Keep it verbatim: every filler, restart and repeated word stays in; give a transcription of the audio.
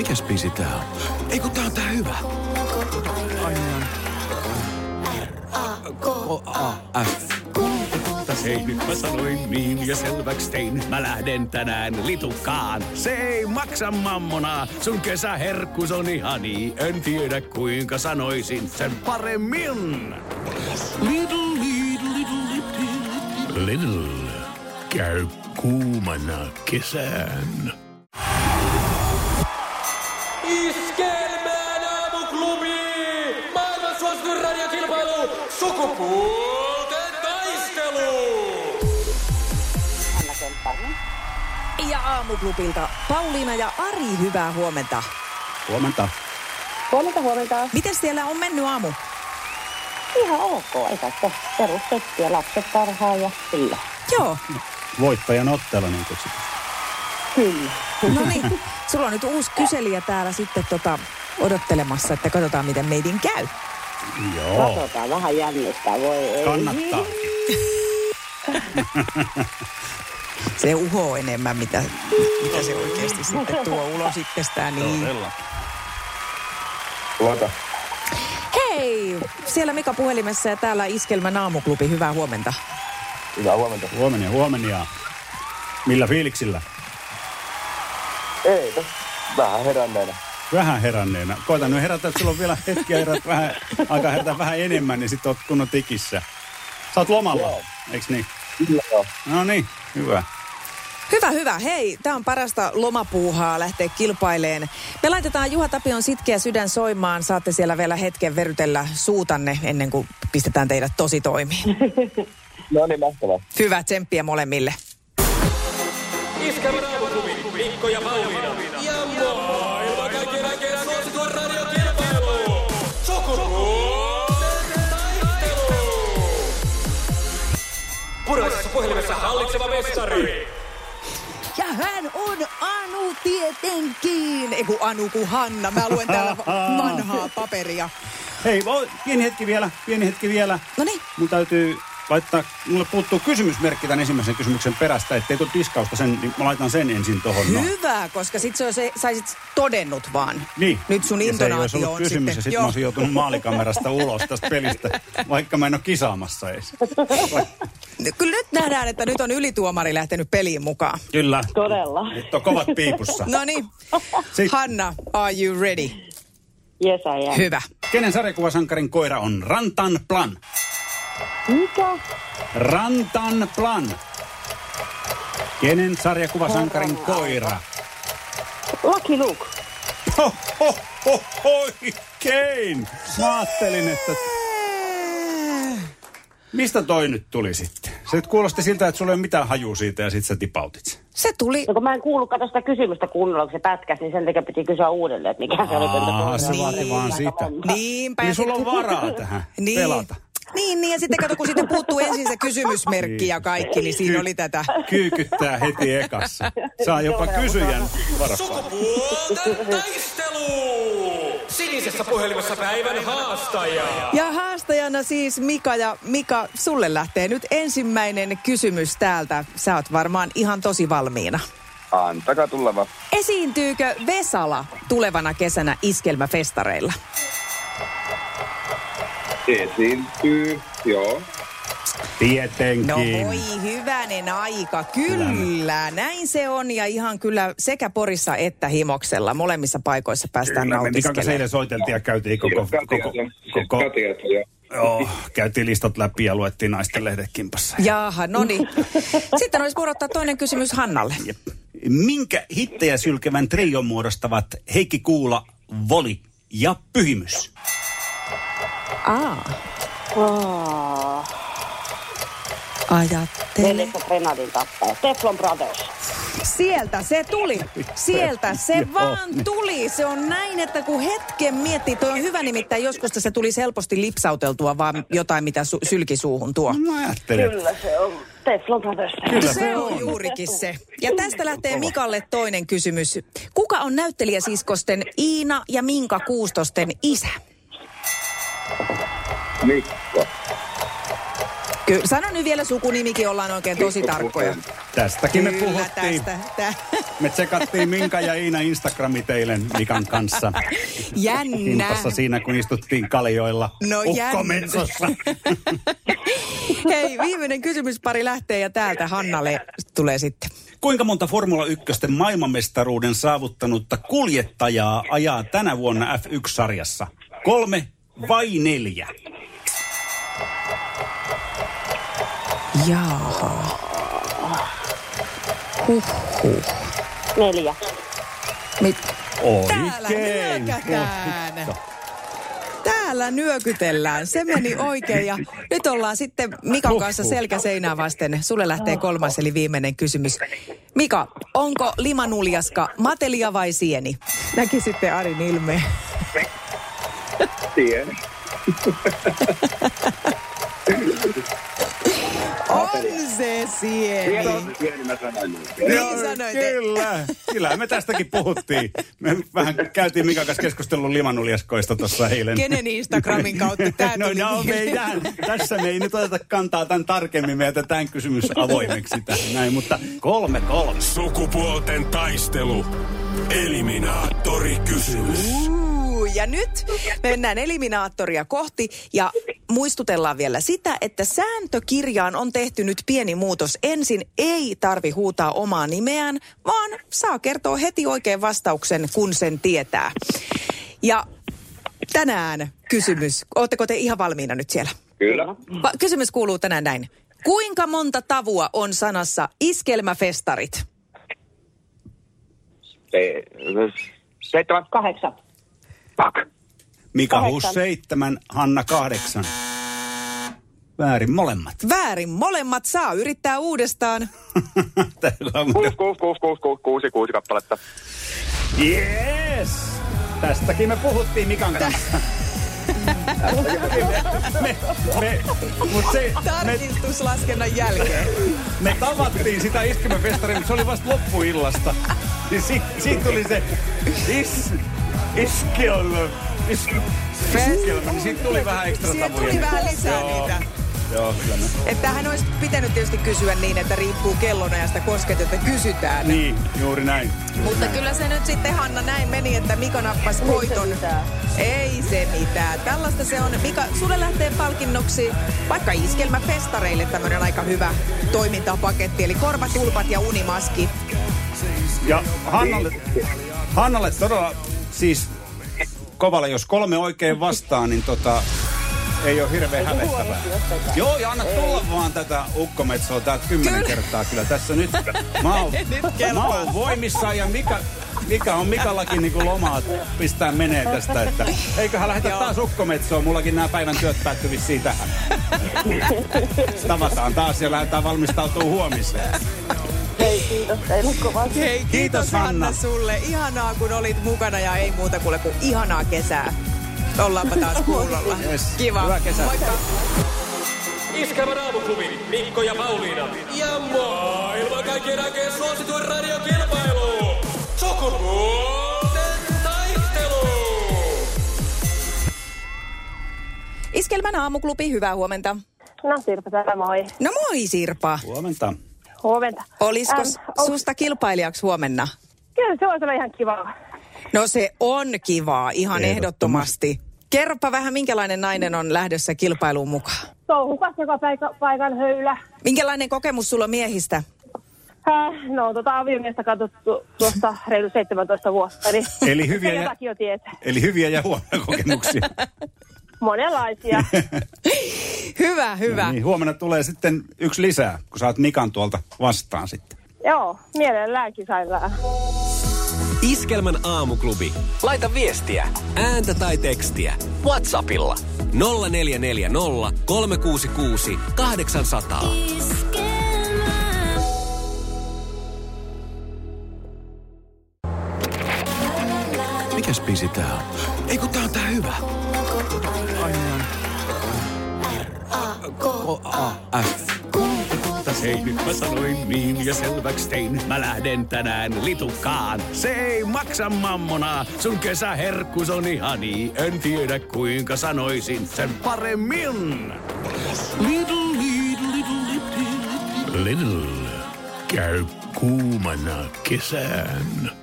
Mikäs biisi tää on? Ei kun tää on tää hyvä. R-A-K-A-F. Hei, nyt mä sanoin niin ja selväks tein. Mä lähden tänään litukaan. Se ei maksa mammonaa. Sun kesäherkkus on ihani. En tiedä kuinka sanoisin sen paremmin. Little, little, little, little, little. Käy kuumana kesään. Iskelmään aamuklubi! Maailman suosituin radiokilpailu! Sukupuolten taistelu! Anna Kemppainen. Ja aamuklubilta Pauliina ja Ari, hyvää huomenta. Huomenta. Huomenta, huomenta. Miten siellä on mennyt aamu? Ihan ok, ei tässä perustettiä lapset parhaan ja sillä. Joo. Voittajan ottelu niin kutsutaan. Kyllä. No niin, sulla on nyt uusi kyselijä täällä sitten tota, odottelemassa, että katsotaan miten meidin käy. Joo. Katsotaan, vähän jännittää, voi ei. Kannattaa. Se uhoo enemmän, mitä, mitä se oikeasti sitten tuo ulos itsestään. Niin. Todella. Luota. Hei, siellä Mika puhelimessa ja täällä Iskelmän aamuklubi, hyvää huomenta. Hyvää huomenta. Huomenia, huomenia. Millä fiiliksillä? Ei, vähän heränneenä. Vähän heränneenä. Koitan nyt herätä, että sulla on vielä hetkiä herät vähän, aika herätä vähän enemmän, niin sit oot kunnon tikissä. Sä oot lomalla, Joo. eiks niin? Kyllä. No niin, hyvä. Hyvä, hyvä. Hei, tää on parasta lomapuuhaa lähteä kilpaileen. Me laitetaan Juha Tapion Sitkeä sydän soimaan. Saatte siellä vielä hetken verytellä suutanne ennen kuin pistetään teidät tosi toimiin. No niin, mahtavaa. Hyvä, tsemppiä molemmille. Iskelmän aamuklubi, Mikko ja Pauliina. Ja maailman kaikkien aikeen suosituen radiokilpailu! Sukupuolten taistelu! Puraisessa puhelimessa hallitseva mestari. Ja hän on Anu tietenkin. Ei kun Anu kuin Hanna. Mä luen täällä vanhaa paperia. Hei, voi, pieni hetki vielä, pieni hetki vielä. Noniin. Mun täytyy laittaa, mulle puuttuu kysymysmerkki tämän ensimmäisen kysymyksen perästä, ettei tule diskausta sen, niin mä laitan sen ensin tohon. No. Hyvä, koska sit se, se saisit todennut vaan. Niin. Nyt sun Ja intonaatio se ei olisi ollut on kysymys, sitten. ja sitten mä olisin joutunut maalikamerasta ulos tästä pelistä, vaikka mä en ole kisaamassa edes. Kyllä nyt nähdään, että nyt on ylituomari lähtenyt peliin mukaan. Kyllä. Todella. Nyt on kovat piipussa. No niin. Sitten. Hanna, are you ready? Yes, I am. Hyvä. Kenen sarjakuvasankarin koira on Rantan Plan? Mikä? Rantan Plan. Kenen sarjakuvasankarin koira? Lucky Luke. Ho, ho, ho, oikein! Mä ajattelin, että... Mistä toi nyt tuli sitten? Se nyt kuulosti siltä, että sulla ei ole mitään hajua siitä ja sit sä tipautit sen. Se tuli... No kun mä en kuullut kato sitä kysymystä kunnolla, kun se pätkäsi, niin sen takia piti kysyä uudelleen, että mikä se oli. Aa, se vaati vaan sitä. Niinpä. Niin sulla on varaa tähän niin. pelata. Niin, niin, ja sitten kato, kun siitä puuttuu ensin se kysymysmerkki ja kaikki, niin siinä oli tätä. Kyykyttää heti ekassa. Saa jopa kysyjän varassa. Sukupuolten taistelu! Sinisessä puhelimessa päivän haastaja. Ja haastajana siis Mika, ja Mika, sulle lähtee nyt ensimmäinen kysymys täältä. Sä oot varmaan ihan tosi valmiina. Antakaa tulla vaan. Esiintyykö Vesala tulevana kesänä iskelmäfestareilla? Esiintyy, joo. Tietenkin. No voi hyvänen aika, kyllä. Näin se on ja ihan kyllä sekä Porissa että Himoksella. Molemmissa paikoissa päästään Kyllä, me Mikan kanssa nautiskelemaan. eilen soiteltiin ja käytiin koko... koko, koko Katiassa, joo. joo, käytiin listat läpi ja luettiin naisten lehdet kimpassa. Jaha, no niin. Sitten olisi vuorottaa toinen kysymys Hannalle. Jep. Minkä hittejä sylkevän trion muodostavat Heikki Kuula, Voli ja Pyhimys? Aa, Oh. ajattele. Neljästä Grenadin tappaja. Teflon Brothers. Sieltä se tuli. Sieltä se Joo. vaan tuli. Se on näin, että kun hetken miettii, toi on hyvä nimittäin, joskus se tuli helposti lipsauteltua vaan jotain, mitä su- sylkisuuhun tuo. Mä ajattelin, että... Kyllä se on Teflon Brothers. Kyllä se, se on on. juurikin se. Ja tästä lähtee Mikalle toinen kysymys. Kuka on näyttelijäsiskosten Iina ja Minka Kuustosten isä? Mikko. Kyllä, sano nyt vielä sukunimikin, ollaan oikein tosi tarkkoja. Tästäkin me Kyllä, puhuttiin. tästä. Tä. Me tsekattiin Minka ja Iina Instagramit eilen Mikan kanssa. Jännä. Intassa siinä, kun istuttiin kaljoilla No ukkometsossa. Hei, viimeinen kysymyspari lähtee ja täältä Hannalle tulee sitten. Kuinka monta Formula yksi maailmanmestaruuden saavuttanutta kuljettajaa ajaa tänä vuonna F yksi -sarjassa? Kolme vai neljä? Jaaha. Huhhuh. Neljä. Mit? Täällä Oikein. nyökätään. Täällä nyökytellään. Se meni oikein ja nyt ollaan sitten Mikan kanssa selkä seinää vasten. Sulle lähtee kolmas eli viimeinen kysymys. Mika, onko limanuljaska matelia vai sieni? Näki sitten Arin ilmeen. Tien. On se sieni. Pieni mä sanoin. Niin sanoit. Kyllä. Kyllä me tästäkin puhuttiin. Me vähän käytiin Mikan kanssa keskustelun limanuljaskoista tuossa eilen. Kenen Instagramin kautta tää No, tuli? no meidän. Tässä me ei nyt oteta kantaa tämän tarkemmin. Me jätetään kysymys avoimeksi tähän näin, mutta kolme kolme. Sukupuolten taistelu. Eliminaattori kysymys. Uu, ja nyt mennään eliminaattoria kohti ja muistutellaan vielä sitä, että sääntökirjaan on tehty nyt pieni muutos. Ensin ei tarvi huutaa omaa nimeään, vaan saa kertoa heti oikein vastauksen, kun sen tietää. Ja tänään kysymys, ootteko te ihan valmiina nyt siellä? Kyllä. Va- kysymys kuuluu tänään näin. Kuinka monta tavua on sanassa iskelmäfestarit? Se, seitsemän. Kahdeksan. Pak. Mika Kahdeksan. Hus seitsemän, Hanna kahdeksan. Väärin molemmat. Väärin. Molemmat saa yrittää uudestaan. Täällä on- Kuusi, kuusi, kuusi, kuusi, kuusi, kuusi, kuusi kappaletta. Yes! Tästäkin me puhuttiin Mikan kanssa. me, me, mut se, me, Tarkistuslaskennan jälkeen. me tavattiin sitä iskelmäfestaria, mutta se oli vasta loppuillasta. Niin si, siitä tuli se is, iskelmä, is, iskelmä, niin siitä tuli vähän ekstra Siihen tavuja. tuli vähän lisää Joo. niitä. Joo, kyllä me. Että tähän olisi pitänyt tietysti kysyä niin, että riippuu kellonajasta kosket, että kysytään. Niin, juuri näin. Mutta kyllä se nyt sitten, Hanna, näin meni, että Mika nappasi voiton. mitään. Ei se mitään. Tällaista se on. Mika, sulle lähtee palkinnoksi vaikka iskelmäfestareille tämmöinen aika hyvä toimintapaketti. Eli korvatulpat ja unimaski. Ja Hannalle, Hannalle todella siis kovalle, jos kolme oikein vastaa, niin tota, ei ole hirveän hävettävää. Joo, ja anna tulla vaan tätä ukkometsoa täältä kymmenen Kyllä. kertaa kyllä tässä nyt. Mä oon, mä oon voimissaan ja Mika, Mika on Mikallakin niinku lomaa pistää menee tästä, että eiköhän lähdetä taas ukkometsoon. Mullakin nämä päivän työt päättyy vissiin tähän. Tavataan taas ja lähdetään valmistautumaan huomiseen. Hei, kiitos teille kovasti. Hei, kiitos, Kiitos, Hanna. Hanna sulle. Ihanaa, kun olit mukana ja ei muuta kuule kuin ihanaa kesää. Ollaanpa taas kuulolla. Yes. Kiva. Hyvää kesää. Moikka. Iskävä raamuklubi, Mikko ja Pauliina. Ja maailman kaikkien aikeen suosituen radiokilpailu. Sukupuolten taistelu. Iskelmän aamuklubi, hyvää huomenta. No Sirpa täällä, moi. No moi Sirpa. Huomenta. Huomenta. Olisiko Ähm, on- susta kilpailijaksi huomenna? Kyllä se voisi olla ihan kiva. No se on kivaa, ihan ehdottomasti. Ehdottomasti. Kerropa vähän, minkälainen nainen on lähdössä kilpailuun mukaan. Touhukas joka paika, paikan höylä. Minkälainen kokemus sulla on miehistä? Häh, no tota aviomiestä katsottu tuosta reilu seitsemäntoista vuotta. Eli, Eli hyviä se ja- jotakin jo tietää. Eli hyviä ja huonoja kokemuksia. Monenlaisia. Hyvä, hyvä. No niin, huomenna tulee sitten yksi lisää, kun saat Mikan tuolta vastaan sitten. Joo, mielelläänkin sairaan. Iskelmän aamuklubi. Laita viestiä, ääntä tai tekstiä. WhatsAppilla nolla neljä neljä nolla kolme kuusi kuusi kahdeksan nolla nolla. Mikäs biisi tää on? Ei kun tää on tää hyvä. F. Hei, nyt mä sanoin niin ja selväks tein. Mä lähden tänään litukaan. Se ei maksa mammonaa. Sun kesäherkkus on ihani. En tiedä kuinka sanoisin sen paremmin. Lidl, Lidl, Lidl, Lidl, Lidl. käy kuumana kesän.